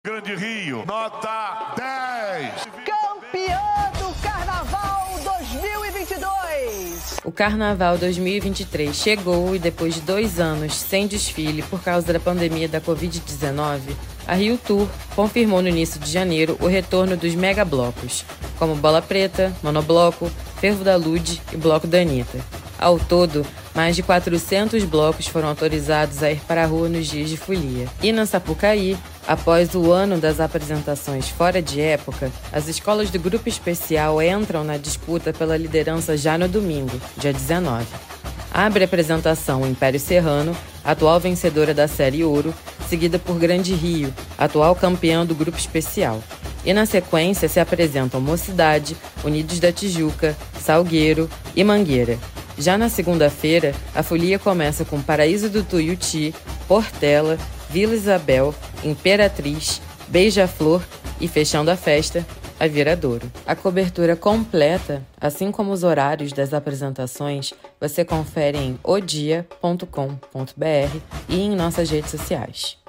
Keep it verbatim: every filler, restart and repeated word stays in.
Grande Rio, nota dez. Campeã do Carnaval dois mil e vinte e dois. O Carnaval dois mil e vinte e três chegou e depois de dois anos sem desfile por causa da pandemia da covid dezenove, a Rio Tour confirmou no início de janeiro o retorno dos megablocos, como Bola Preta, Monobloco, Fervo da Lud e Bloco da Anitta. Ao todo, mais de quatrocentos blocos foram autorizados a ir para a rua nos dias de folia. E na Sapucaí, após o ano das apresentações fora de época, as escolas do Grupo Especial entram na disputa pela liderança já no domingo, dia dezenove. Abre a apresentação o Império Serrano, atual vencedora da Série Ouro, seguida por Grande Rio, atual campeã do Grupo Especial. E na sequência se apresentam Mocidade, Unidos da Tijuca, Salgueiro e Mangueira. Já na segunda-feira, a folia começa com Paraíso do Tuiuti, Portela, Vila Isabel, Imperatriz, Beija-Flor e, fechando a festa, a Viradouro. A cobertura completa, assim como os horários das apresentações, você confere em odia ponto com ponto br e em nossas redes sociais.